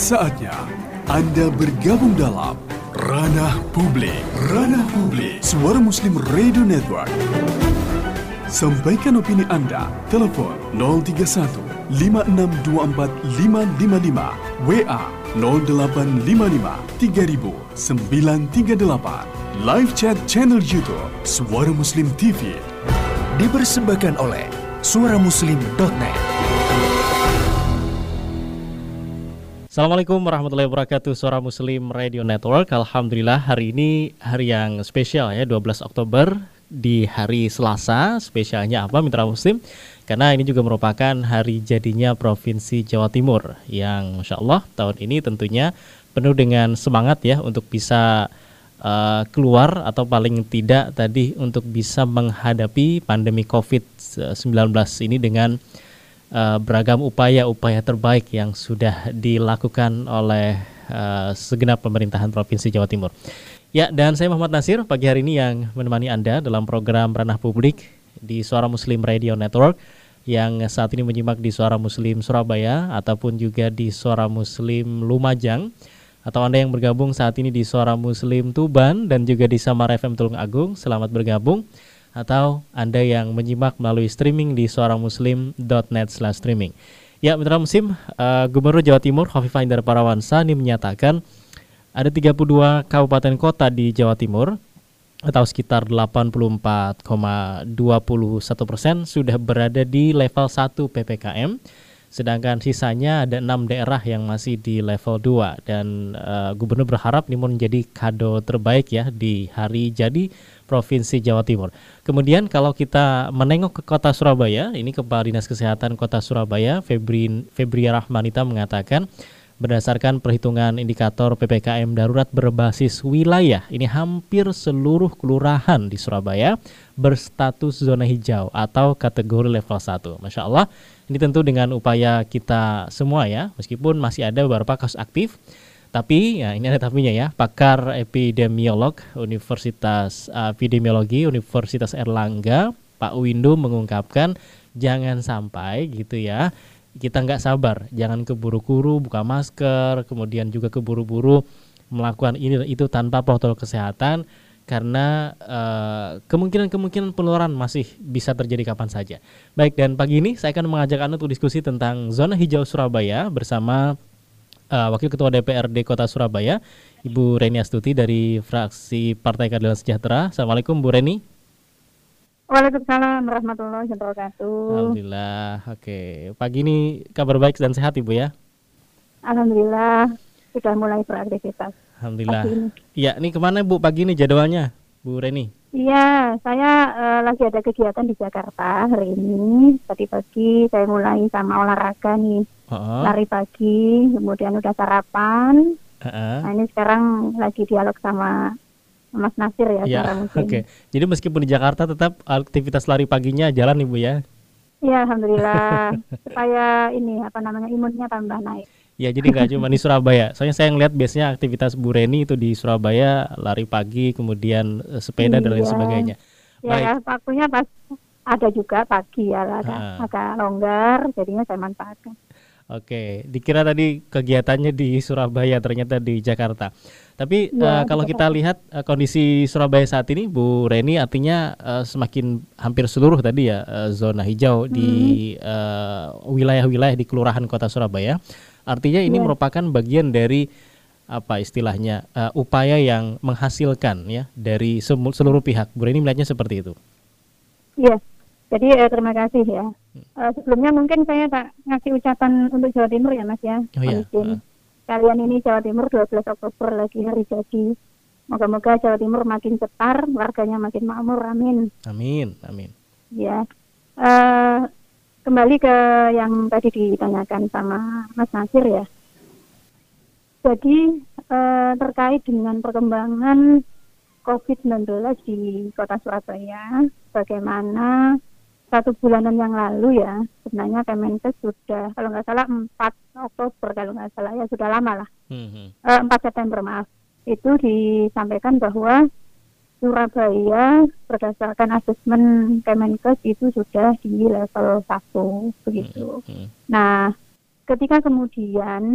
Saatnya Anda bergabung dalam Ranah Publik. Ranah Publik, Suara Muslim Radio Network. Sampaikan opini Anda. Telepon 031 5624 555, WA 0855 3000 938. Live chat channel YouTube Suara Muslim TV. Dipersembahkan oleh suaramuslim.net. Assalamualaikum warahmatullahi wabarakatuh, Suara Muslim Radio Network. Alhamdulillah hari ini hari yang spesial ya, 12 Oktober di hari Selasa. Spesialnya apa Mitra Muslim? Karena ini juga merupakan hari jadinya Provinsi Jawa Timur yang Masya Allah tahun ini tentunya penuh dengan semangat ya untuk bisa keluar atau paling tidak tadi untuk bisa menghadapi pandemi COVID-19 ini dengan beragam upaya-upaya terbaik yang sudah dilakukan oleh segenap pemerintahan Provinsi Jawa Timur. Ya, dan saya Muhammad Nasir pagi hari ini yang menemani Anda dalam program Ranah Publik di Suara Muslim Radio Network yang saat ini menyimak di Suara Muslim Surabaya ataupun juga di Suara Muslim Lumajang, atau Anda yang bergabung saat ini di Suara Muslim Tuban dan juga di Samara FM Tulung Agung, selamat bergabung. Atau Anda yang menyimak melalui streaming di suaramuslim.net/streaming. Ya, Mitra Muslim, Gubernur Jawa Timur Khofifah Indar Parawansa ini menyatakan ada 32 kabupaten kota di Jawa Timur atau sekitar 84,21% sudah berada di level 1 PPKM. Sedangkan sisanya ada 6 daerah yang masih di level 2. Dan Gubernur berharap ini menjadi kado terbaik ya di hari jadi Provinsi Jawa Timur. Kemudian kalau kita menengok ke kota Surabaya, ini Kepala Dinas Kesehatan Kota Surabaya, Febria Rahmanita mengatakan berdasarkan perhitungan indikator PPKM darurat berbasis wilayah, ini hampir seluruh kelurahan di Surabaya berstatus zona hijau atau kategori level 1. Masya Allah, ini tentu dengan upaya kita semua ya, meskipun masih ada beberapa kasus aktif. Tapi ya ini ada tapinya ya, pakar epidemiolog Universitas Epidemiologi Universitas Erlangga, Pak Windu mengungkapkan jangan sampai gitu ya, kita nggak sabar, jangan keburu-buru buka masker, kemudian juga keburu-buru melakukan ini itu tanpa protokol kesehatan, karena kemungkinan penularan masih bisa terjadi kapan saja. Baik, dan pagi ini saya akan mengajak Anda untuk diskusi tentang zona hijau Surabaya bersama Wakil Ketua DPRD Kota Surabaya, Ibu Reni Astuti dari fraksi Partai Keadilan Sejahtera. Assalamualaikum Bu Reni. Waalaikumsalam warahmatullahi wabarakatuh. Alhamdulillah. Oke, pagi ini kabar baik dan sehat Ibu ya? Alhamdulillah sudah mulai beraktivitas. Alhamdulillah. Iya, ini kemana Bu pagi ini jadwalnya Bu Reni? Iya, saya lagi ada kegiatan di Jakarta hari ini. Tadi pagi saya mulai sama olahraga nih. Lari pagi, kemudian udah sarapan. Nah ini sekarang lagi dialog sama Mas Nasir ya, ya secara mungkin. Oke. Jadi meskipun di Jakarta tetap aktivitas lari paginya jalan Ibu ya? Iya, alhamdulillah. Supaya ini imunnya tambah naik. Ya, jadi nggak cuma di Surabaya. Soalnya saya ngeliat biasanya aktivitas Bu Reni itu di Surabaya, lari pagi, kemudian sepeda dan lain sebagainya. Ya, waktunya pas ada juga pagi ya, agak longgar, jadinya saya manfaatkan. Oke, dikira tadi kegiatannya di Surabaya, ternyata di Jakarta. Tapi kalau kita lihat kondisi Surabaya saat ini, Bu Reni, artinya semakin hampir seluruh tadi ya zona hijau di wilayah-wilayah di Kelurahan Kota Surabaya. Artinya ini merupakan bagian dari apa istilahnya upaya yang menghasilkan ya dari seluruh pihak. Bu Reni melihatnya seperti itu. Iya. Jadi terima kasih ya. Sebelumnya mungkin saya tak ngasih ucapan untuk Jawa Timur ya Mas ya. Kalian ini Jawa Timur 12 Oktober lagi hari jadi. Moga-moga Jawa Timur makin cetar, warganya makin makmur. Amin. Amin. Amin. Ya. Kembali ke yang tadi ditanyakan sama Mas Nasir ya. Jadi terkait dengan perkembangan COVID-19 di Kota Surabaya, bagaimana 1 bulanan yang lalu ya, sebenarnya Kemenkes sudah, kalau nggak salah 4 Oktober, kalau nggak salah ya sudah lama lah, 4 September maaf, itu disampaikan bahwa Surabaya berdasarkan asesmen Kemenkes itu sudah di level 1 begitu. Nah, ketika kemudian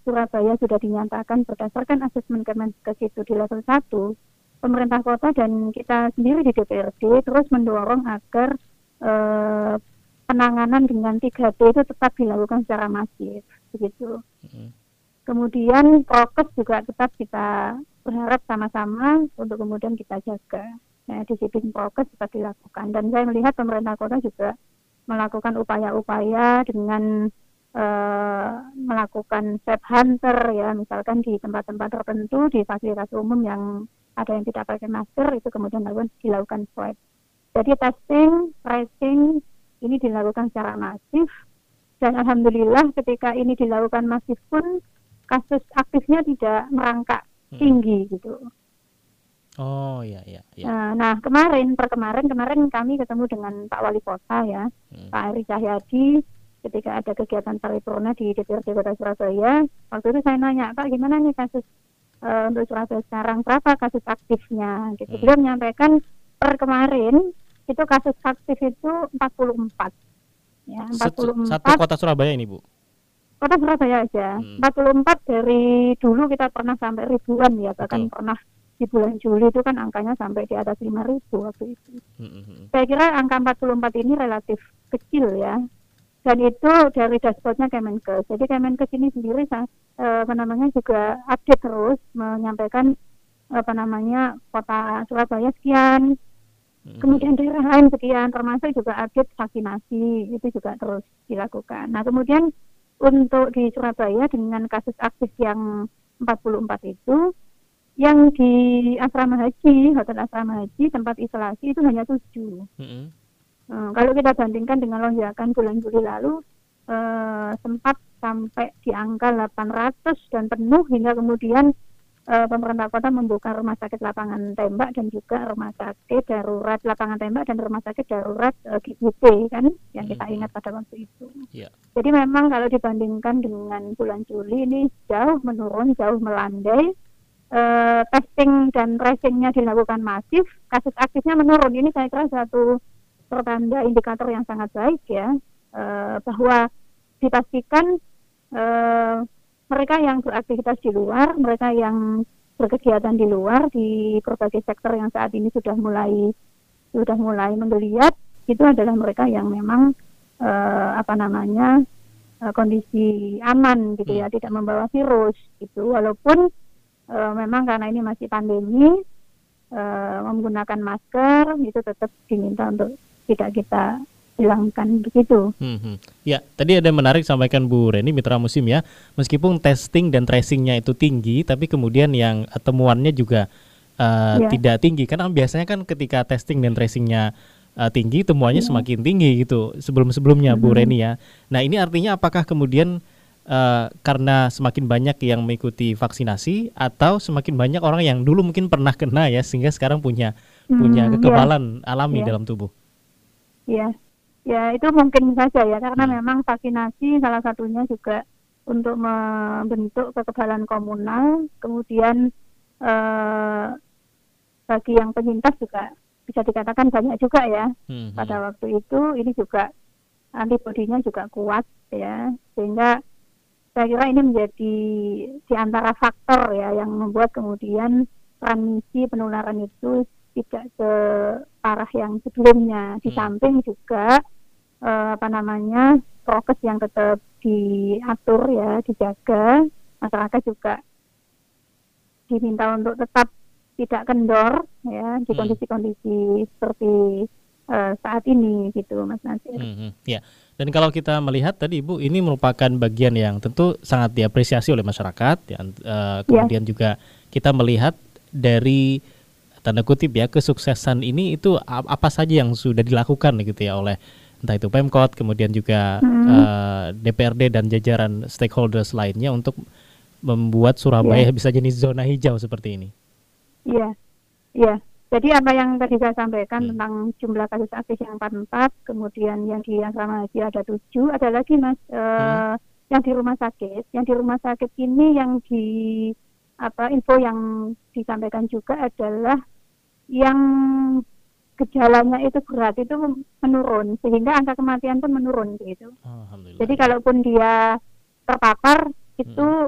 Surabaya sudah dinyatakan berdasarkan asesmen Kemenkes itu di level 1, pemerintah kota dan kita sendiri di DPRD terus mendorong agar penanganan dengan 3T itu tetap dilakukan secara masif, begitu. Kemudian prokes juga tetap kita berharap sama-sama untuk kemudian kita jaga. Nah, disiplin prokes tetap dilakukan. Dan saya melihat pemerintah kota juga melakukan upaya-upaya dengan melakukan swab hunter ya, misalkan di tempat-tempat tertentu di fasilitas umum yang ada yang tidak pakai masker itu kemudian dilakukan swab. Jadi testing, tracing ini dilakukan secara masif dan alhamdulillah ketika ini dilakukan masif pun kasus aktifnya tidak merangkak tinggi gitu. Oh ya. Nah kemarin kami ketemu dengan Pak Wali Kota ya, Pak Eri Cahyadi. Ketika ada kegiatan paripurna di DPRD Kota Surabaya, waktu itu saya nanya, Pak gimana nih kasus untuk Surabaya sekarang, berapa kasus aktifnya? Gitu. Beliau menyampaikan per kemarin itu kasus aktif itu 44. Ya, 44. Satu kota Surabaya ini, Bu? Kota Surabaya aja. 44 dari dulu kita pernah sampai ribuan ya, bahkan pernah di bulan Juli itu kan angkanya sampai di atas 5.000 waktu itu. Saya kira angka 44 ini relatif kecil ya. Dan itu dari dashboardnya Kemenkes. Jadi Kemenkes ini sendiri juga update terus menyampaikan kota Surabaya sekian, kemudian daerah lain sekian, termasuk juga update vaksinasi itu juga terus dilakukan. Nah kemudian untuk di Surabaya dengan kasus aktif yang 44 itu, yang di asrama haji, hotel asrama haji, tempat isolasi itu hanya 7. Kalau kita bandingkan dengan lonjakan bulan Juli lalu, sempat sampai di angka 800 dan penuh hingga kemudian pemerintah kota membuka rumah sakit lapangan tembak dan juga rumah sakit darurat lapangan tembak dan rumah sakit darurat GBT kan yang kita ingat pada waktu itu. Yeah. Jadi memang kalau dibandingkan dengan bulan Juli ini jauh menurun, jauh melandai. Testing dan tracingnya dilakukan masif, kasus aktifnya menurun. Ini saya kira satu pertanda indikator yang sangat baik ya, bahwa dipastikan mereka yang beraktivitas di luar, mereka yang berkegiatan di luar di berbagai sektor yang saat ini sudah mulai menggeliat, itu adalah mereka yang memang kondisi aman gitu ya, tidak membawa virus gitu. Walaupun memang karena ini masih pandemi, menggunakan masker itu tetap diminta untuk tidak kita hilangkan begitu. Ya, tadi ada yang menarik sampaikan Bu Reni Mitra Musim ya. Meskipun testing dan tracingnya itu tinggi, tapi kemudian yang temuannya juga tidak tinggi. Karena biasanya kan ketika testing dan tracingnya tinggi, temuannya semakin tinggi gitu. Sebelum-sebelumnya Bu Reni ya. Nah ini artinya apakah kemudian karena semakin banyak yang mengikuti vaksinasi atau semakin banyak orang yang dulu mungkin pernah kena ya sehingga sekarang punya kekebalan alami dalam tubuh? Ya itu mungkin saja ya karena memang vaksinasi salah satunya juga untuk membentuk kekebalan komunal, kemudian bagi yang penyintas juga bisa dikatakan banyak juga ya pada waktu itu. Ini juga antibodinya juga kuat ya, sehingga saya kira ini menjadi di antara faktor ya yang membuat kemudian transmisi penularan itu tidak separah yang sebelumnya. Di samping juga prokes yang tetap diatur ya, dijaga, masyarakat juga diminta untuk tetap tidak kendor ya di kondisi-kondisi seperti saat ini gitu Mas Nasir. Ya. Dan kalau kita melihat tadi Ibu, ini merupakan bagian yang tentu sangat diapresiasi oleh masyarakat ya, kemudian juga kita melihat dari tanda kutip ya kesuksesan ini itu apa saja yang sudah dilakukan gitu ya oleh entah itu Pemkot kemudian juga DPRD dan jajaran stakeholders lainnya untuk membuat Surabaya bisa jadi zona hijau seperti ini. Iya. Jadi apa yang tadi saya sampaikan tentang jumlah kasus aktif yang 44, kemudian yang di asrama haji ada 7, ada lagi Mas yang di rumah sakit. Yang di rumah sakit ini yang info yang disampaikan juga adalah yang gejalanya itu berat itu menurun sehingga angka kematian pun menurun gitu. Jadi kalaupun dia terpapar itu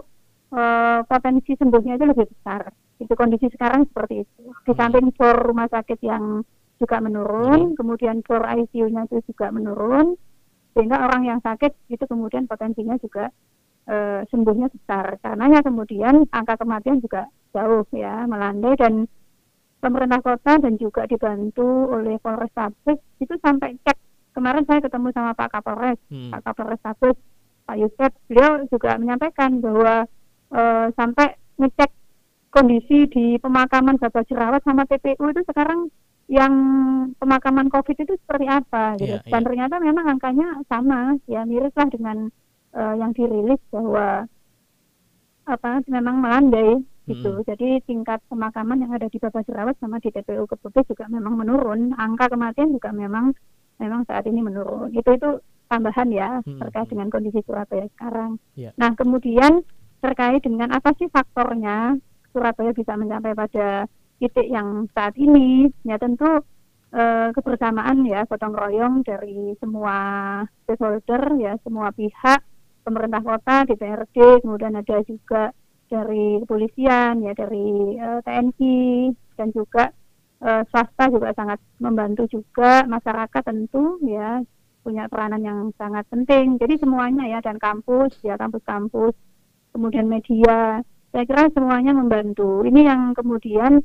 potensi sembuhnya itu lebih besar. Itu kondisi sekarang seperti itu. Di samping bor rumah sakit yang juga menurun, kemudian bor ICU-nya itu juga menurun, sehingga orang yang sakit itu kemudian potensinya juga sembuhnya besar. Karenanya kemudian angka kematian juga jauh ya melandai, dan pemerintah kota dan juga dibantu oleh Polrestabes itu sampai cek. Kemarin saya ketemu sama Pak Kapolres, Pak Kapolrestabes, Pak Yusuf, beliau juga menyampaikan bahwa sampai ngecek kondisi di pemakaman Bapak Jerawat sama TPU itu sekarang yang pemakaman COVID itu seperti apa gitu. Dan ternyata memang angkanya sama ya, mirip lah dengan yang dirilis bahwa memang melandai gitu. Jadi tingkat pemakaman yang ada di Bapak Jerawat sama di TPU Keputih juga memang menurun. Angka kematian juga memang saat ini menurun. Itu tambahan ya terkait dengan kondisi Surabaya sekarang. Nah, kemudian terkait dengan apa sih faktornya Surabaya bisa mencapai pada titik yang saat ini, ya tentu kebersamaan ya, gotong royong dari semua stakeholder ya, semua pihak, pemerintah kota, DPRD, kemudian ada juga dari kepolisian ya, dari TNI, dan juga swasta juga sangat membantu juga, masyarakat tentu ya punya peranan yang sangat penting. Jadi semuanya ya, dan kampus ya, kampus-kampus, kemudian media, saya kira semuanya membantu. Ini yang kemudian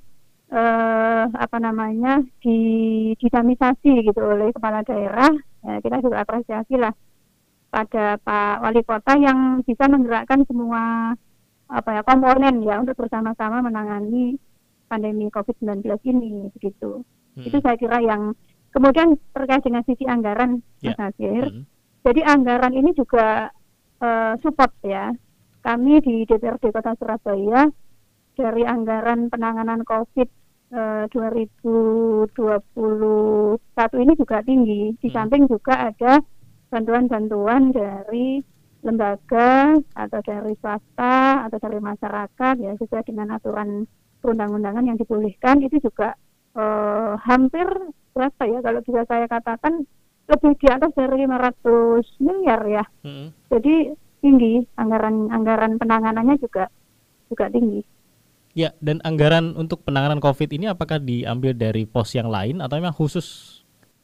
didinamisasi gitu oleh kepala daerah. Ya, kita juga apresiasi lah pada Pak Wali Kota yang bisa menggerakkan semua komponen ya untuk bersama-sama menangani pandemi COVID-19 ini begitu. Itu saya kira yang kemudian terkait dengan sisi anggaran, Mas Nasir. Jadi anggaran ini juga support ya. Kami di DPRD Kota Surabaya dari anggaran penanganan COVID 2021 ini juga tinggi. Di samping juga ada bantuan-bantuan dari lembaga atau dari swasta atau dari masyarakat ya, sesuai dengan aturan perundang-undangan yang dibolehkan. Itu juga hampir berapa ya, kalau bisa saya katakan lebih di atas dari 500 miliar ya. Jadi tinggi, anggaran penanganannya juga tinggi. Ya, dan anggaran untuk penanganan COVID ini apakah diambil dari pos yang lain atau memang khusus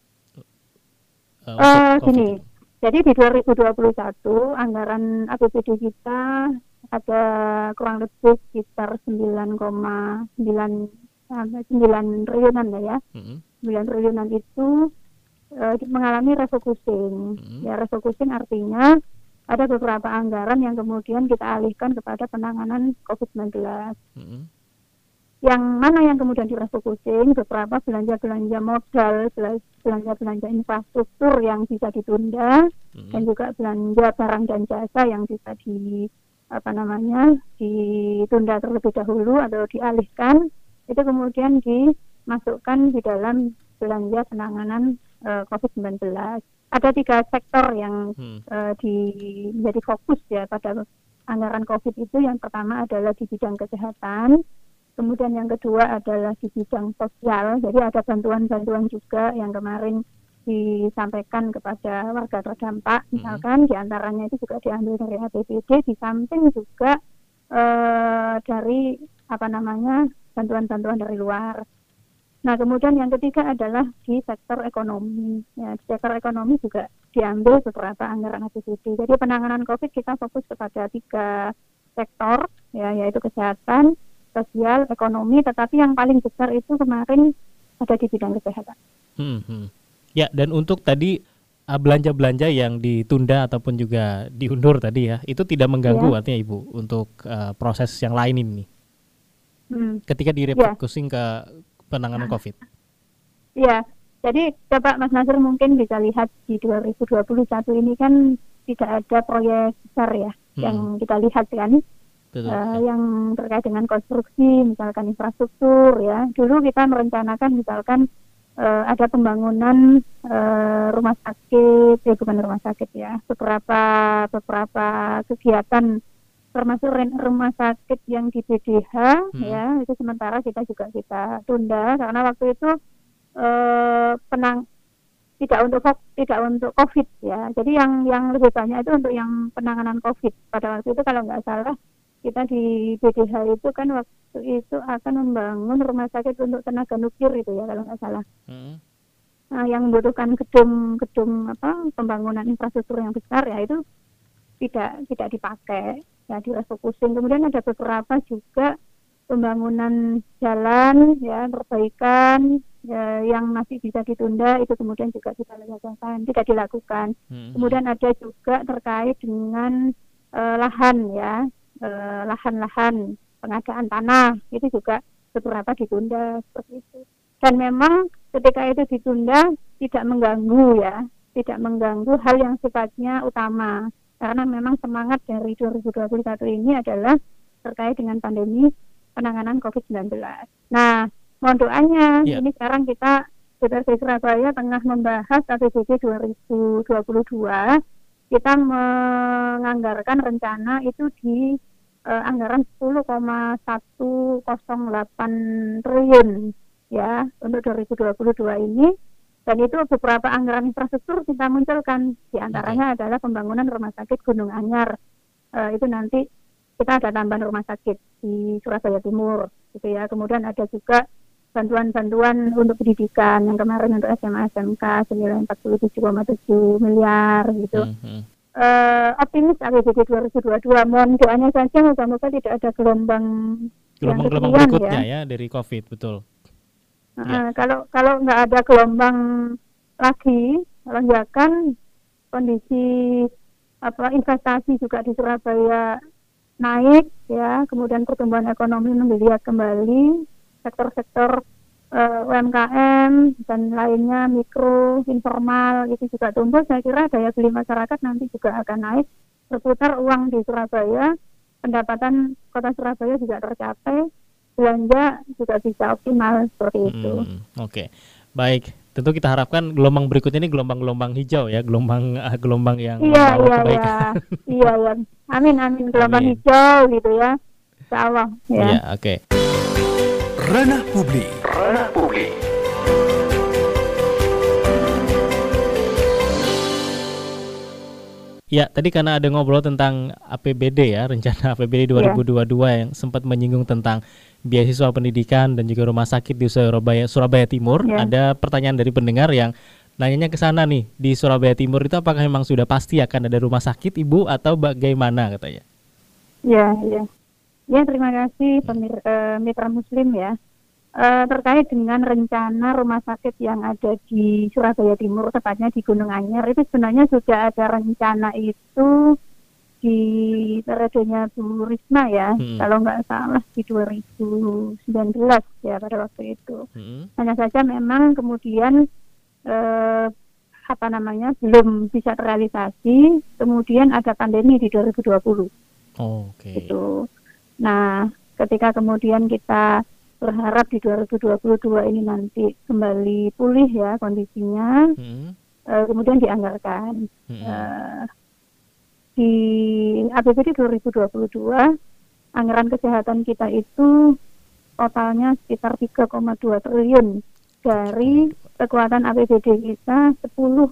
gini, jadi di 2021 anggaran APBD kita ada kurang lebih sekitar 9,9 triliunan ya. 9 triliunan itu mengalami refocusing. Ya, refocusing artinya ada beberapa anggaran yang kemudian kita alihkan kepada penanganan COVID-19. Yang mana yang kemudian direfocusing, beberapa belanja-belanja modal, belanja-belanja infrastruktur yang bisa ditunda, dan juga belanja barang dan jasa yang bisa ditunda terlebih dahulu atau dialihkan, itu kemudian dimasukkan di dalam belanja penanganan COVID-19. Ada 3 sektor yang menjadi fokus ya pada anggaran COVID itu. Yang pertama adalah di bidang kesehatan, kemudian yang kedua adalah di bidang sosial. Jadi ada bantuan-bantuan juga yang kemarin disampaikan kepada warga terdampak, misalkan diantaranya itu juga diambil dari APBD, di samping juga dari bantuan-bantuan dari luar. Nah, kemudian yang ketiga adalah di sektor ekonomi. Ya, di sektor ekonomi juga diambil beberapa anggaran APBD. Jadi penanganan COVID kita fokus kepada 3 sektor, ya, yaitu kesehatan, sosial, ekonomi. Tetapi yang paling besar itu kemarin ada di bidang kesehatan. Ya, dan untuk tadi belanja-belanja yang ditunda ataupun juga diundur tadi ya, itu tidak mengganggu artinya Ibu untuk proses yang lain ini. Ketika direfocusing ke penanganan COVID. Iya, jadi coba Mas Nasir mungkin bisa lihat di 2021 ini kan tidak ada proyek besar ya yang kita lihat kan. Betul, yang terkait dengan konstruksi, misalkan infrastruktur ya. Dulu kita merencanakan misalkan ada pembangunan rumah sakit, bukan rumah sakit ya, beberapa kegiatan termasuk rumah sakit yang di BDH ya, itu sementara kita tunda karena waktu itu tidak untuk COVID ya. Jadi yang lebih banyak itu untuk yang penanganan COVID. Pada waktu itu kalau nggak salah kita di BDH itu kan waktu itu akan membangun rumah sakit untuk tenaga nuklir itu ya kalau nggak salah. Nah, yang membutuhkan gedung pembangunan infrastruktur yang besar ya itu tidak dipakai, ya direfocusing. Kemudian ada beberapa juga pembangunan jalan, ya perbaikan ya, yang masih bisa ditunda itu kemudian juga tidak dilakukan. Kemudian ada juga terkait dengan lahan ya, lahan-lahan pengadaan tanah itu juga beberapa ditunda seperti itu. Dan memang ketika itu ditunda tidak mengganggu ya, tidak mengganggu hal yang sifatnya utama. Karena memang semangat dari 2021 ini adalah terkait dengan pandemi penanganan COVID-19. Nah, mohon doanya, ini sekarang kita DPRD Surabaya tengah membahas APBD 2022. Kita menganggarkan rencana itu di anggaran 10,108 triliun ya untuk 2022 ini. Dan itu beberapa anggaran infrastruktur kita munculkan, diantaranya adalah pembangunan rumah sakit Gunung Anyar. Itu nanti kita ada tambahan rumah sakit di Surabaya Timur, gitu ya. Kemudian ada juga bantuan-bantuan untuk pendidikan yang kemarin untuk SMA SMK senilai 47,7 miliar, gitu. Optimis APBD 2022, mohon doanya saja moga-moga tidak ada gelombang berikutnya ya dari COVID, betul. Kalau nggak ada gelombang lagi lonjakan, kondisi investasi juga di Surabaya naik ya, kemudian pertumbuhan ekonomi menggeliat kembali, sektor-sektor UMKM dan lainnya mikro informal itu juga tumbuh. Saya kira daya beli masyarakat nanti juga akan naik, berputar uang di Surabaya, pendapatan kota Surabaya juga tercapai, belanja juga bisa optimal seperti itu. Oke. Baik, tentu kita harapkan gelombang berikutnya ini gelombang hijau ya, gelombang yang membawa kebaikan. Iya. Amin gelombang hijau gitu ya. Insyaallah ya. Iya, oke. Ranah Publik. Ya, tadi karena ada ngobrol tentang APBD ya, rencana APBD 2022 yang sempat menyinggung tentang beasiswa pendidikan dan juga rumah sakit di Surabaya Timur. Ada pertanyaan dari pendengar yang nanyanya ke sana nih, di Surabaya Timur itu apakah memang sudah pasti akan ada rumah sakit Ibu atau bagaimana katanya? Ya, terima kasih Mitra Muslim ya. Terkait dengan rencana rumah sakit yang ada di Surabaya Timur, tepatnya di Gunung Anyar, itu sebenarnya sudah ada rencana itu di periodenya Bu Risma ya, kalau nggak salah di 2019 ya pada waktu itu. Hanya saja memang kemudian belum bisa terrealisasi, kemudian ada pandemi di 2020. Gitu. Nah, ketika kemudian kita berharap di 2022 ini nanti kembali pulih ya kondisinya, kemudian dianggarkan di APBD 2022 anggaran kesehatan kita itu totalnya sekitar 3,2 triliun dari kekuatan APBD kita 10,1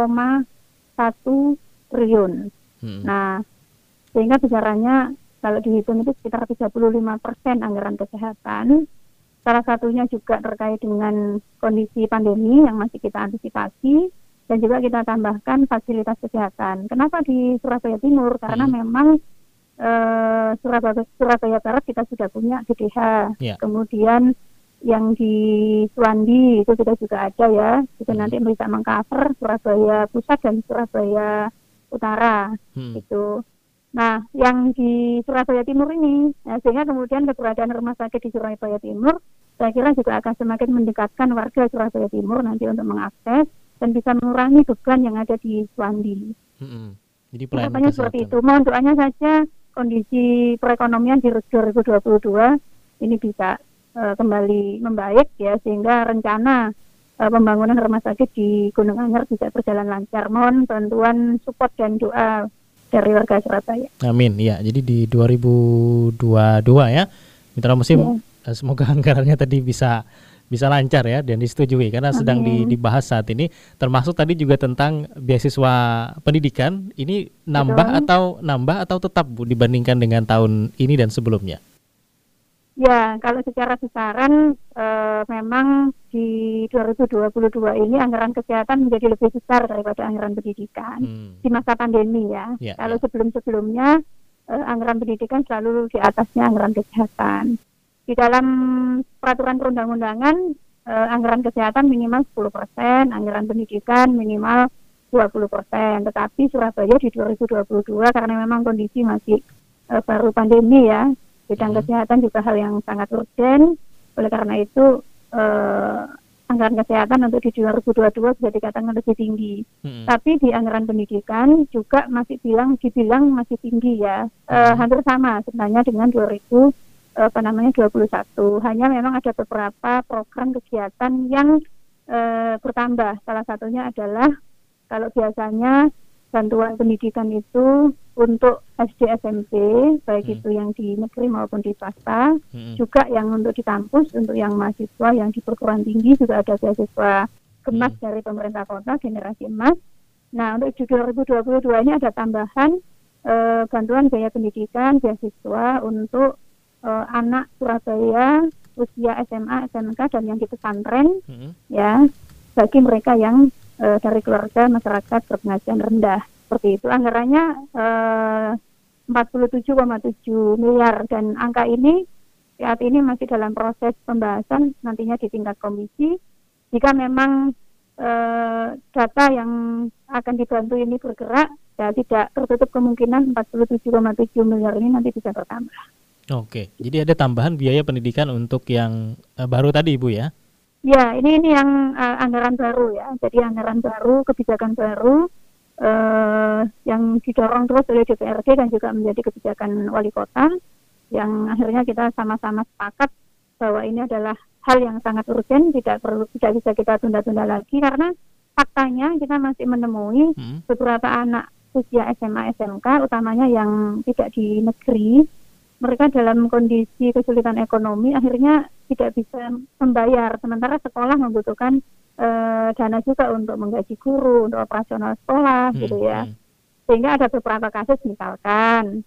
triliun. Nah, sehingga besarannya kalau dihitung itu sekitar 35% anggaran kesehatan. Salah satunya juga terkait dengan kondisi pandemi yang masih kita antisipasi, dan juga kita tambahkan fasilitas kesehatan. Kenapa di Surabaya Timur? Karena memang Surabaya Barat kita sudah punya BDH. Kemudian yang di Suwandi itu kita juga ada ya. Itu nanti bisa mengcover Surabaya Pusat dan Surabaya Utara. Gitu. Nah, yang di Surabaya Timur ini, sehingga kemudian keberadaan rumah sakit di Surabaya Timur, saya kira juga akan semakin mendekatkan warga Surabaya Timur nanti untuk mengakses dan bisa mengurangi beban yang ada di Suwandi. Jadi pelayanan kesehatan seperti itu. Mohon doanya saja kondisi perekonomian di 2022 ini bisa kembali membaik ya, sehingga rencana pembangunan rumah sakit di Gunung Anyar bisa berjalan lancar. Mohon bantuan support dan doa dari warga Surabaya. Amin. Ya, jadi di 2022 ya, Mitra Muslim, semoga anggarannya tadi bisa bisa lancar ya dan disetujui karena sedang dibahas saat ini, termasuk tadi juga tentang beasiswa pendidikan. Ini nambah atau tetap Bu dibandingkan dengan tahun ini dan sebelumnya? Ya, kalau secara besaran memang di 2022 ini anggaran kesehatan menjadi lebih besar daripada anggaran pendidikan di masa pandemi ya. Kalau sebelum-sebelumnya anggaran pendidikan selalu di atasnya anggaran kesehatan. Di dalam peraturan perundang-undangan anggaran kesehatan minimal 10%, anggaran pendidikan minimal 20%. Tetapi Surabaya di 2022 karena memang kondisi masih baru pandemi ya, bidang kesehatan juga hal yang sangat urgen. Oleh karena itu anggaran kesehatan untuk di 2022 bisa dikatakan lebih tinggi. Tapi di anggaran pendidikan juga masih dibilang masih tinggi ya. Hampir sama sebenarnya dengan 2021. Hanya memang ada beberapa program kegiatan yang bertambah. Salah satunya adalah kalau biasanya bantuan pendidikan itu untuk SD SMP, baik itu yang di negeri maupun di swasta, juga yang untuk di kampus, untuk yang mahasiswa yang di perguruan tinggi juga ada beasiswa gemas dari pemerintah kota, generasi emas. Nah, untuk di 2022 ini ada tambahan bantuan biaya pendidikan, beasiswa untuk anak Surabaya usia SMA, SMK dan yang di pesantren, ya, bagi mereka yang dari keluarga masyarakat berpenghasilan rendah. Seperti itu, anggarannya 47,7 miliar dan angka ini saat ini masih dalam proses pembahasan nantinya di tingkat komisi. Jika memang data yang akan dibantu ini bergerak, ya tidak tertutup kemungkinan 47,7 miliar ini nanti bisa bertambah. Oke, jadi ada tambahan biaya pendidikan untuk yang baru tadi Ibu ya? Ya, ini yang anggaran baru ya, jadi anggaran baru, kebijakan baru, yang didorong terus oleh DPRD dan juga menjadi kebijakan wali kota yang akhirnya kita sama-sama sepakat bahwa ini adalah hal yang sangat urgen, tidak bisa kita tunda-tunda lagi karena faktanya kita masih menemui beberapa anak usia SMA SMK utamanya yang tidak di negeri, mereka dalam kondisi kesulitan ekonomi akhirnya tidak bisa membayar, sementara sekolah membutuhkan dana juga untuk menggaji guru, untuk operasional sekolah gitu ya. Sehingga ada beberapa kasus misalkan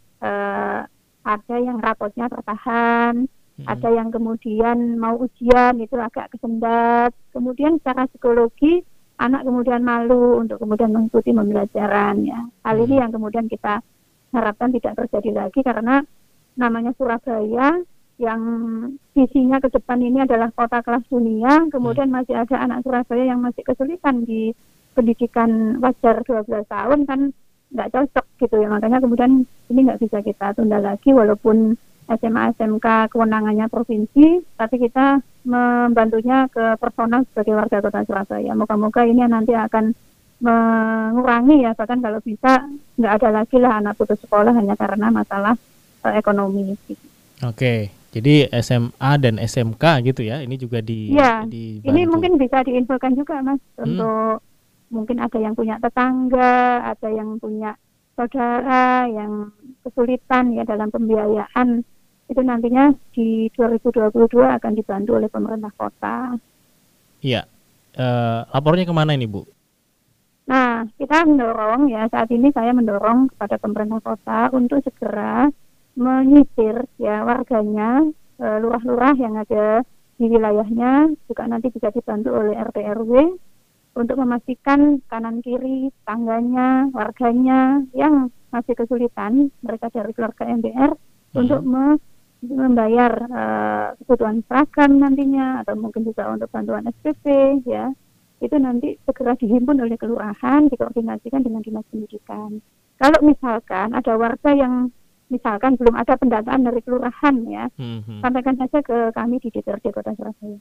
ada yang rapotnya tertahan, ada yang kemudian mau ujian itu agak kesendat, kemudian secara psikologi anak kemudian malu untuk kemudian mengikuti pembelajaran ya. Hal ini yang kemudian kita harapkan tidak terjadi lagi karena namanya Surabaya yang visinya ke depan ini adalah kota kelas dunia, kemudian masih ada anak Surabaya yang masih kesulitan di pendidikan wajar 12 tahun kan nggak cocok gitu ya, makanya kemudian ini nggak bisa kita tunda lagi walaupun SMA SMK kewenangannya provinsi, tapi kita membantunya ke personal sebagai warga kota Surabaya. Moga-moga ini nanti akan mengurangi ya, bahkan kalau bisa nggak ada lagi lah anak putus sekolah hanya karena masalah ekonomi. Oke. Jadi SMA dan SMK gitu ya, ini juga dibantu. Ini mungkin bisa diinfokan juga Mas, untuk mungkin ada yang punya tetangga, ada yang punya saudara yang kesulitan ya dalam pembiayaan, itu nantinya di 2022 akan dibantu oleh pemerintah kota. Iya, lapornya kemana ini Bu? Nah, kita mendorong ya, saat ini saya mendorong kepada pemerintah kota untuk segera menyisir ya warganya, lurah-lurah yang ada di wilayahnya juga nanti bisa dibantu oleh RT RW untuk memastikan kanan kiri tangganya, warganya yang masih kesulitan, mereka dari keluarga MBR untuk membayar kebutuhan seragam nantinya atau mungkin juga untuk bantuan SPP ya. Itu nanti segera dihimpun oleh kelurahan, dikoordinasikan dengan dinas pendidikan. Kalau misalkan ada warga yang misalkan belum ada pendataan dari kelurahan ya, sampaikan saja ke kami di DPRD Kota Surabaya.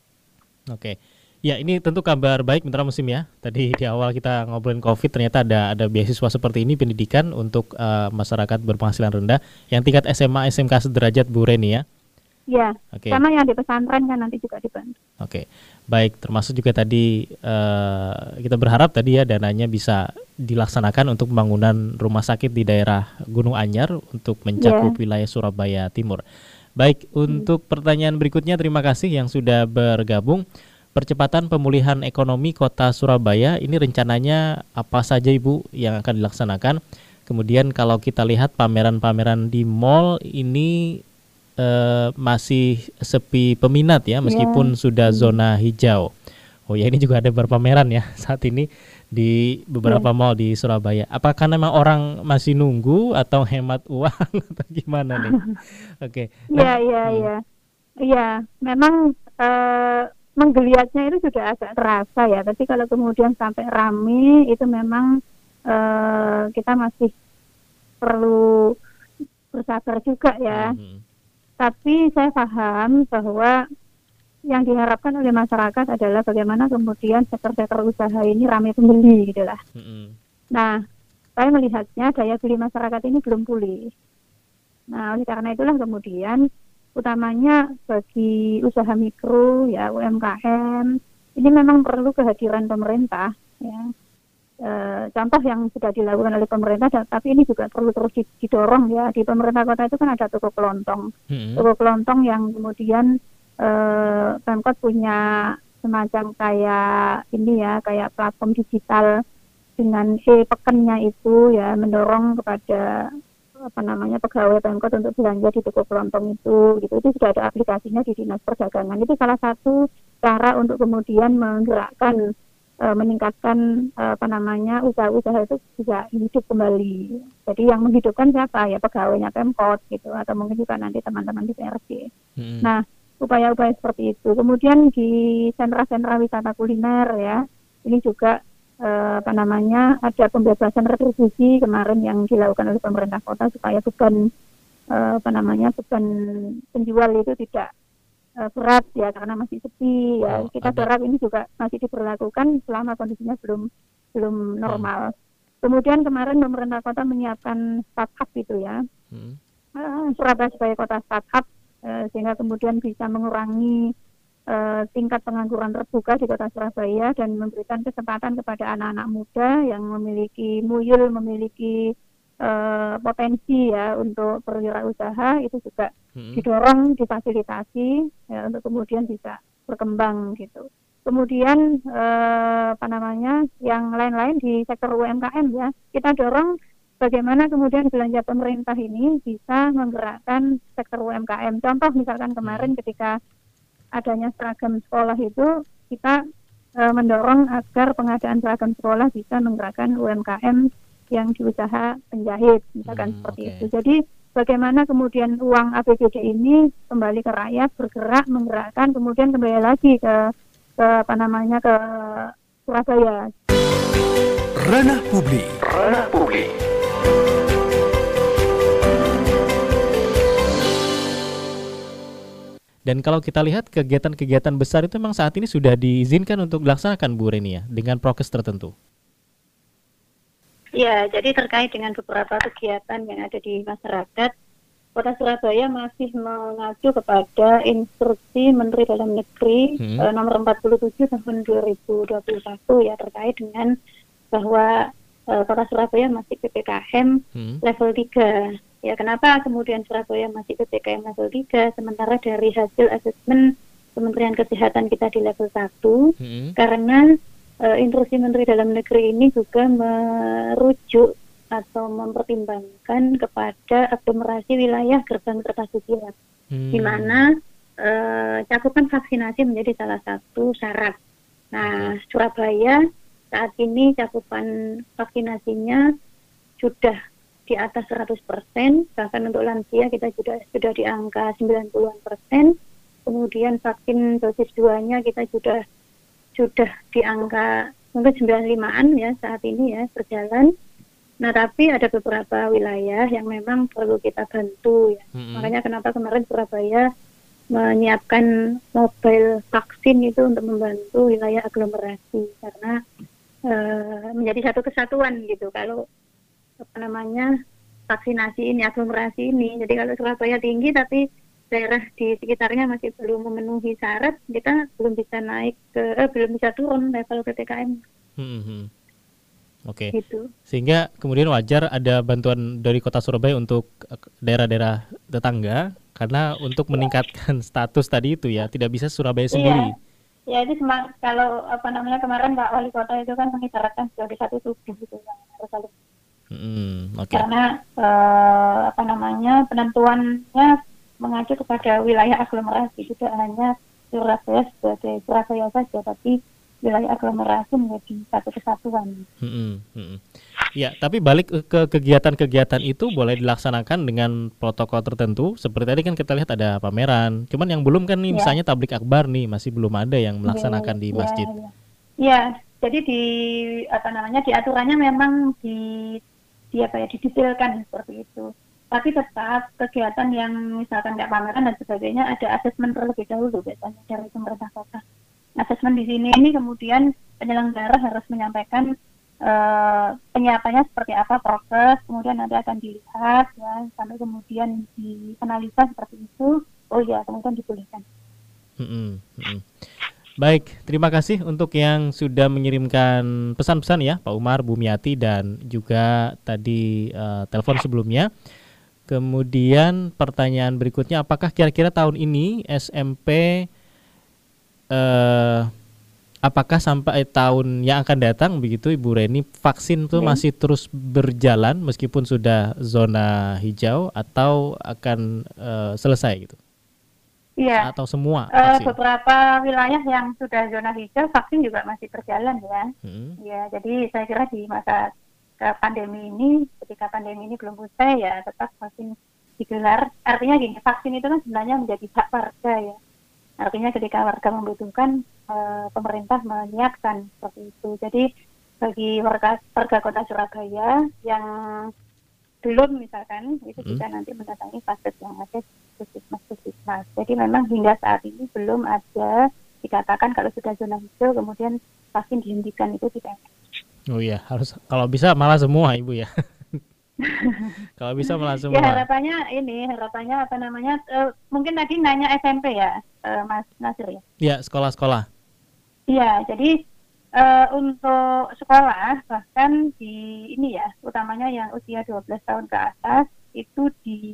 Oke, ya ini tentu kabar baik Mitra Muslim ya. Tadi di awal kita ngobrolin COVID, ternyata ada beasiswa seperti ini pendidikan untuk masyarakat berpenghasilan rendah yang tingkat SMA SMK sederajat Bu Reni ya. Ya, sama yang di pesantren kan nanti juga dibantu. Oke, baik. Termasuk juga tadi kita berharap tadi ya dananya bisa dilaksanakan untuk pembangunan rumah sakit di daerah Gunung Anyar untuk mencakup wilayah Surabaya Timur. Baik, untuk pertanyaan berikutnya terima kasih yang sudah bergabung. Percepatan pemulihan ekonomi Kota Surabaya ini rencananya apa saja Ibu yang akan dilaksanakan? Kemudian kalau kita lihat pameran-pameran di mall ini masih sepi peminat ya meskipun sudah zona hijau. Oh ya, ini juga ada berpameran ya saat ini di beberapa mall di Surabaya. Apakah memang orang masih nunggu atau hemat uang atau gimana nih? Oke. Iya, memang menggeliatnya itu sudah agak terasa ya. Tapi kalau kemudian sampai rame itu memang kita masih perlu bersabar juga ya. Tapi saya paham bahwa yang diharapkan oleh masyarakat adalah bagaimana kemudian sektor-sektor usaha ini ramai pembeli gitu lah. Nah, saya melihatnya daya beli masyarakat ini belum pulih. Nah, oleh karena itulah kemudian utamanya bagi usaha mikro ya UMKM ini memang perlu kehadiran pemerintah ya. Contoh yang sudah dilakukan oleh pemerintah, tapi ini juga perlu terus didorong ya. Di pemerintah kota itu kan ada toko kelontong, toko kelontong yang kemudian Pemkot punya semacam kayak ini ya, kayak platform digital dengan e-pekennya itu ya, mendorong kepada pegawai Pemkot untuk belanja di toko kelontong itu gitu. Itu sudah ada aplikasinya di Dinas Perdagangan. Itu salah satu cara untuk kemudian menggerakkan meningkatkan usaha-usaha itu bisa hidup kembali. Jadi yang menghidupkan siapa ya, pegawainya Pemkot gitu, atau mungkin juga nanti teman-teman di PRD. Nah, upaya-upaya seperti itu. Kemudian di sentra-sentra wisata kuliner ya, ini juga ada pembebasan retribusi kemarin yang dilakukan oleh pemerintah kota supaya beban beban penjual itu tidak berat ya, karena masih sepi ya. Kita berharap ini juga masih diberlakukan selama kondisinya belum normal. Kemudian kemarin pemerintah kota menyiapkan startup itu ya, Surabaya sebagai kota startup, sehingga kemudian bisa mengurangi tingkat pengangguran terbuka di kota Surabaya dan memberikan kesempatan kepada anak-anak muda yang memiliki potensi ya untuk berwirausaha, itu juga didorong, difasilitasi ya, untuk kemudian bisa berkembang gitu. Kemudian yang lain-lain di sektor UMKM ya, kita dorong bagaimana kemudian belanja pemerintah ini bisa menggerakkan sektor UMKM. Contoh misalkan kemarin ketika adanya seragam sekolah itu, kita mendorong agar pengadaan seragam sekolah bisa menggerakkan UMKM yang di usaha penjahit misalkan seperti itu. Jadi bagaimana kemudian uang APBD ini kembali ke rakyat, bergerak, menggerakkan, kemudian kembali lagi ke Surabaya. Ranah publik. Dan kalau kita lihat kegiatan-kegiatan besar itu memang saat ini sudah diizinkan untuk dilaksanakan Bu Reni ya, dengan prokes tertentu. Ya, jadi terkait dengan beberapa kegiatan yang ada di masyarakat, Kota Surabaya masih mengacu kepada Instruksi Menteri Dalam Negeri nomor 47 tahun 2021 ya, terkait dengan bahwa Kota Surabaya masih PPKM level 3. Ya, kenapa kemudian Surabaya masih PPKM level 3 sementara dari hasil asesmen Kementerian Kesehatan kita di level 1? Karena Instruksi Menteri Dalam Negeri ini juga merujuk atau mempertimbangkan kepada aglomerasi wilayah gerbang Kertasucian, di mana cakupan vaksinasi menjadi salah satu syarat. Nah, Surabaya saat ini cakupan vaksinasinya sudah di atas 100%, bahkan untuk lansia kita sudah di angka 90%. Kemudian vaksin dosis 2-nya kita sudah di angka mungkin 95-an ya saat ini ya berjalan. Nah, tapi ada beberapa wilayah yang memang perlu kita bantu ya. Makanya kenapa kemarin Surabaya menyiapkan mobile vaksin itu untuk membantu wilayah aglomerasi, karena menjadi satu kesatuan gitu. Kalau vaksinasi ini, aglomerasi ini, jadi kalau Surabaya tinggi tapi daerah di sekitarnya masih belum memenuhi syarat, kita belum bisa turun level PPKM. Oke. gitu. Sehingga kemudian wajar ada bantuan dari Kota Surabaya untuk daerah-daerah tetangga karena untuk meningkatkan status tadi itu ya, tidak bisa Surabaya sendiri. Ya itu kalau kemarin Pak Wali Kota itu kan mengisyaratkan sebagai satu tubuh gitu yang harus saling. Oke. Karena penentuannya mengacu kepada wilayah aglomerasi, tidak hanya Surabaya sebagai Surabaya saja, tapi wilayah aglomerasi menjadi satu kesatuan. Ya, tapi balik ke kegiatan-kegiatan itu boleh dilaksanakan dengan protokol tertentu. Seperti tadi kan kita lihat ada pameran. Cuman yang belum kan nih, misalnya tablik akbar nih, masih belum ada yang melaksanakan di masjid. Ya, jadi di aturannya memang didetailkan seperti itu. Tapi tetap kegiatan yang misalkan kayak pameran dan sebagainya ada asesmen terlebih dahulu biasanya dari pemerintah kota. Asesmen di sini ini kemudian penyelenggara harus menyampaikan penyiapannya seperti apa, proses, kemudian nanti akan dilihat ya sampai kemudian dianalisa seperti itu. Oh ya, kemudian dibolehkan. Baik, terima kasih untuk yang sudah mengirimkan pesan-pesan ya, Pak Umar, Bu Miati, dan juga tadi telepon sebelumnya. Kemudian pertanyaan berikutnya, apakah kira-kira tahun ini SMP apakah sampai tahun yang akan datang begitu Ibu Reni vaksin itu masih terus berjalan meskipun sudah zona hijau atau akan selesai gitu? Iya. Atau semua? Beberapa wilayah yang sudah zona hijau vaksin juga masih berjalan ya. Ya, jadi saya kira di masa pandemi ini, ketika pandemi ini belum usai ya tetap vaksin digelar. Artinya gini, vaksin itu kan sebenarnya menjadi hak warga ya. Artinya ketika warga membutuhkan, pemerintah menyiapkan seperti itu. Jadi bagi warga Kota Surabaya yang belum misalkan itu bisa nanti mendatangi fasilitas yang ada di puskesmas. Jadi memang hingga saat ini belum ada dikatakan kalau sudah zona hijau kemudian vaksin dihentikan, itu tidak. Oh iya, harus kalau bisa malah semua Ibu ya. Kalau bisa malah semua. Ya harapannya mungkin tadi nanya SMP ya, Mas Nasir ya. Iya, sekolah-sekolah. Iya, jadi untuk sekolah bahkan di ini ya, utamanya yang usia 12 tahun ke atas itu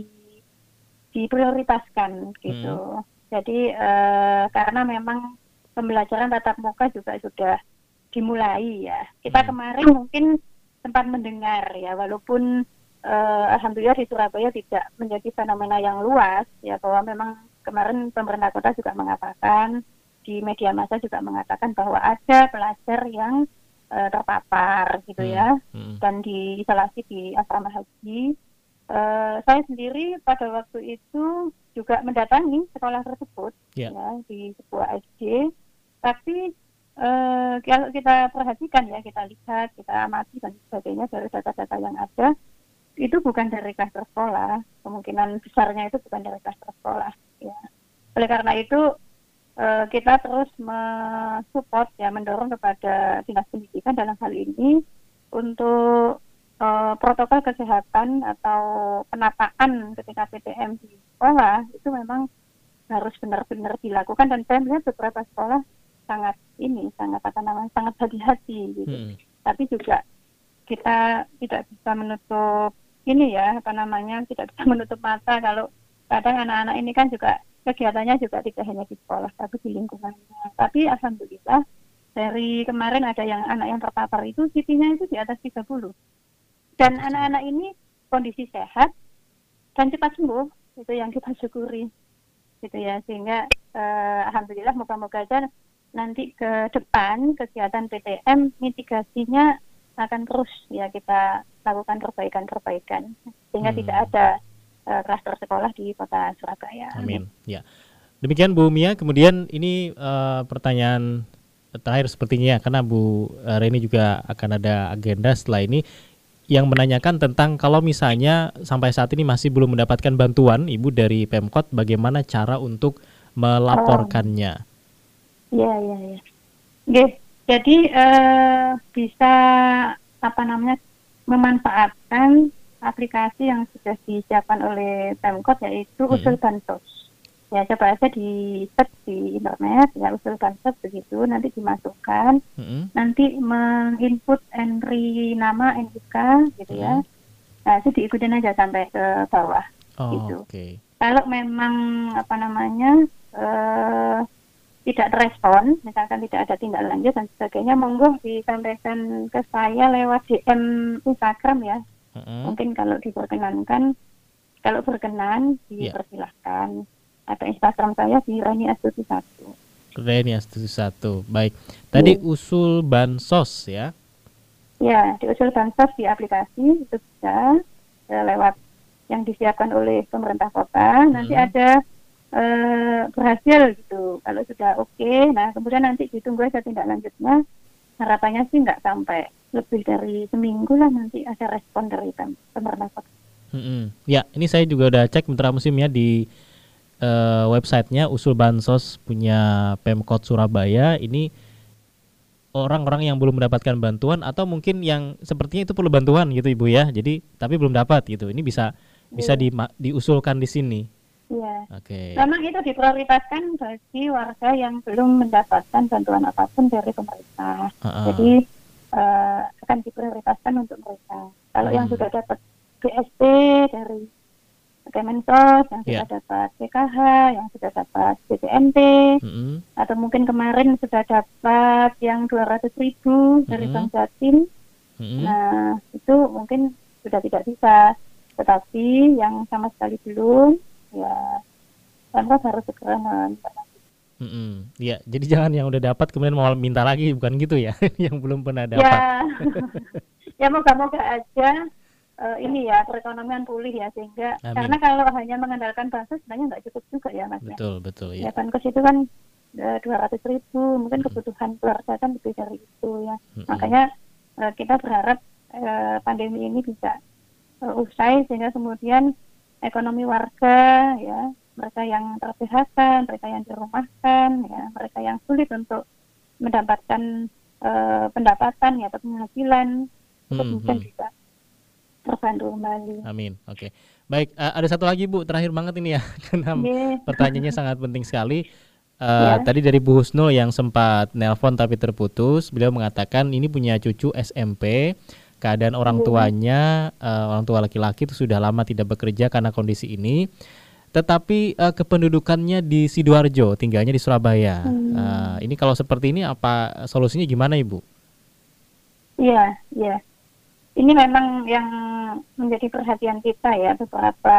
diprioritaskan gitu. Jadi karena memang pembelajaran tatap muka juga sudah dimulai ya. Kita kemarin mungkin sempat mendengar ya, walaupun alhamdulillah di Surabaya tidak menjadi fenomena yang luas ya, bahwa memang kemarin pemerintah kota juga mengatakan, di media massa juga mengatakan bahwa ada pelajar yang terpapar gitu ya, dan diisolasi di asrama haji. Saya sendiri pada waktu itu juga mendatangi sekolah tersebut ya, di sebuah SD, tapi kalau kita perhatikan ya, kita lihat, kita amati dan sebagainya dari data-data yang ada, itu bukan dari klaster sekolah, kemungkinan besarnya itu bukan dari klaster sekolah ya. Oleh karena itu kita terus mensupport ya, mendorong kepada dinas pendidikan dalam hal ini untuk protokol kesehatan atau penataan ketika PTM di sekolah itu memang harus benar-benar dilakukan, dan saya melihat beberapa sekolah sangat hati-hati gitu. Tapi juga kita tidak bisa menutup tidak bisa menutup mata kalau kadang anak-anak ini kan juga kegiatannya juga tidak hanya di sekolah tapi di lingkungannya. Tapi alhamdulillah dari kemarin ada anak yang terpapar itu CT-nya itu di atas 30. Dan anak-anak ini kondisi sehat dan cepat sembuh, itu yang kita syukuri gitu ya. Sehingga alhamdulillah moga-moga aja nanti ke depan kegiatan PTM mitigasinya akan terus ya kita lakukan perbaikan sehingga tidak ada klaster sekolah di Kota Surabaya. Amin. Ya. Demikian Bu Mia. Kemudian ini pertanyaan terakhir sepertinya, karena Bu Reni juga akan ada agenda setelah ini yang menanyakan tentang kalau misalnya sampai saat ini masih belum mendapatkan bantuan Ibu dari Pemkot, bagaimana cara untuk melaporkannya? Iya. Jadi bisa memanfaatkan aplikasi yang sudah disiapkan oleh Pemkot, yaitu Usul Bansos. Ya coba aja di search di internet ya usul bansos begitu, nanti dimasukkan, nanti menginput entry nama NIK gitu ya. Nah itu diikutin aja sampai ke bawah gitu. Okay. Kalau memang tidak terespon, misalkan tidak ada tindak lanjut dan sebagainya, monggo disampaikan ke saya lewat DM Instagram ya. Mungkin kalau diperkenankan, kalau berkenan dipersilahkan. Ada Instagram saya di Reni Astuti 1. Reni Astuti 1. Baik. Tadi usul bansos ya? Ya, di usul bansos di aplikasi itu bisa lewat yang disiapkan oleh pemerintah kota. Nanti ada berhasil gitu. Kalau sudah oke, nah kemudian nanti ditunggu aja tindak lanjutnya. Harapannya sih nggak sampai lebih dari seminggu lah nanti ada respon dari pemerintah kota. Ya, ini saya juga udah cek Mitra Muslim ya di websitenya usul bansos punya Pemkot Surabaya. Ini orang-orang yang belum mendapatkan bantuan atau mungkin yang sepertinya itu perlu bantuan gitu Ibu ya. Jadi tapi belum dapat gitu. Ini bisa diusulkan di sini. Iya. Oke. Memang itu diprioritaskan bagi warga yang belum mendapatkan bantuan apapun dari pemerintah. Jadi akan diprioritaskan untuk mereka. Kalau yang sudah dapat BSP dari Kemensos, yang sudah dapat PKH, yang sudah dapat BPNT, atau mungkin kemarin sudah dapat yang 200.000 dari Bank Jatim. Nah, itu mungkin sudah tidak bisa. Tetapi yang sama sekali belum, ya Pemkot harus segera Ya, jadi jangan yang udah dapat kemudian mau minta lagi, bukan gitu ya? Yang belum pernah dapat. Ya moga-moga aja ini ya perekonomian pulih ya, sehingga karena kalau hanya mengandalkan bansos sebenarnya nggak cukup juga ya Mas. Betul ya. Ya Bansos itu kan 200.000, mungkin kebutuhan keluarga kan lebih dari itu ya. Makanya kita berharap pandemi ini bisa usai sehingga kemudian ekonomi warga ya, mereka yang ter-PHK, mereka yang dirumahkan ya, mereka yang sulit untuk mendapatkan pendapatan ya atau penghasilan untuk mungkin bisa terbantu kembali. Amin. Oke. Baik, ada satu lagi Bu, terakhir banget ini ya, karena pertanyaannya sangat penting sekali. Tadi dari Bu Husnul yang sempat nelpon tapi terputus, beliau mengatakan ini punya cucu SMP, keadaan orang tuanya, orang tua laki-laki itu sudah lama tidak bekerja karena kondisi ini, tetapi kependudukannya di Sidoarjo, tinggalnya di Surabaya. Ini kalau seperti ini apa solusinya gimana Ibu? Iya. Ini memang yang menjadi perhatian kita ya, beberapa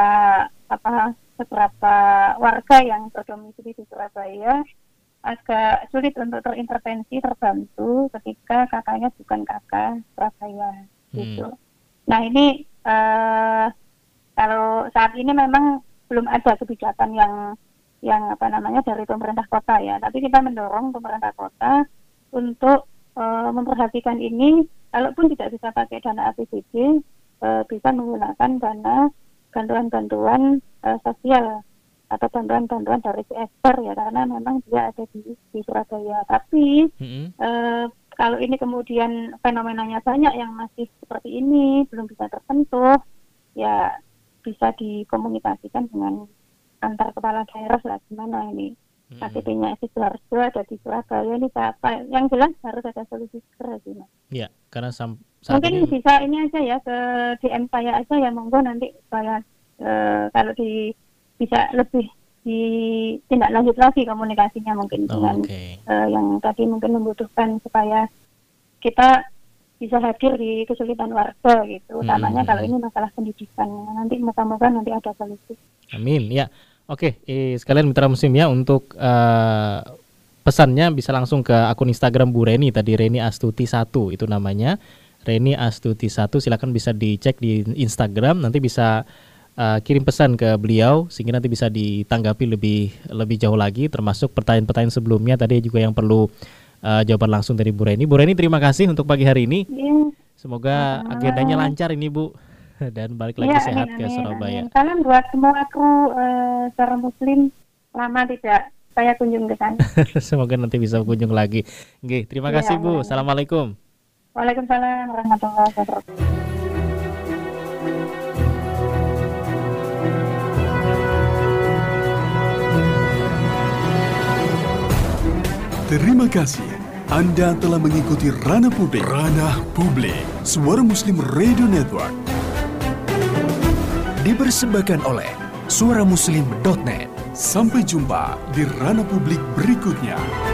warga yang berdomisili di Surabaya agak sulit untuk terintervensi, terbantu ketika kakaknya bukan kakak Surabaya gitu. Nah ini kalau saat ini memang belum ada kebijakan yang dari pemerintah kota ya, tapi kita mendorong pemerintah kota untuk memperhatikan ini. Kalaupun tidak bisa pakai dana APBD, bisa menggunakan dana bantuan-bantuan sosial atau bantuan-bantuan dari CSR ya, karena memang dia ada di Surabaya. Tapi kalau ini kemudian fenomenanya banyak yang masih seperti ini, belum bisa tersentuh, ya bisa dikomunikasikan dengan antar kepala daerah lah, gimana ini KTP-nya Sidoarjo ada di Surabaya, ini siapa? Yang jelas harus ada solusi segera sih Mas. Iya, karena saat mungkin ini bisa ini aja ya, ke DM saya aja ya, monggo nanti saya kalau bisa lebih ditindak lanjut lagi komunikasinya mungkin dengan yang tadi mungkin membutuhkan supaya kita bisa hadir di kesulitan warga gitu, utamanya kalau ini masalah pendidikan. Nanti moga-moga nanti ada solusi. Amin ya. Oke, sekalian Mitra Muslim ya, untuk pesannya bisa langsung ke akun Instagram Bu Reni tadi, Reni Astuti 1 itu namanya, Reni Astuti 1, silakan bisa dicek di Instagram, nanti bisa kirim pesan ke beliau sehingga nanti bisa ditanggapi lebih jauh lagi, termasuk pertanyaan-pertanyaan sebelumnya tadi juga yang perlu jawaban langsung dari Bu Reni. Bu Reni, terima kasih untuk pagi hari ini. Semoga agendanya lancar ini Bu, dan balik lagi sehat ke Surabaya. Salam buat semua kru secara Muslim, lama tidak saya kunjung ke sana. Semoga nanti bisa kunjung lagi. Oke, terima kasih Bu. Assalamualaikum. Waalaikumsalam warahmatullahi wabarakatuh. Terima kasih. Anda telah mengikuti Ranah Publik. Ranah Publik, Suara Muslim Radio Network. Dipersembahkan oleh suaramuslim.net. Sampai jumpa di Ranah Publik berikutnya.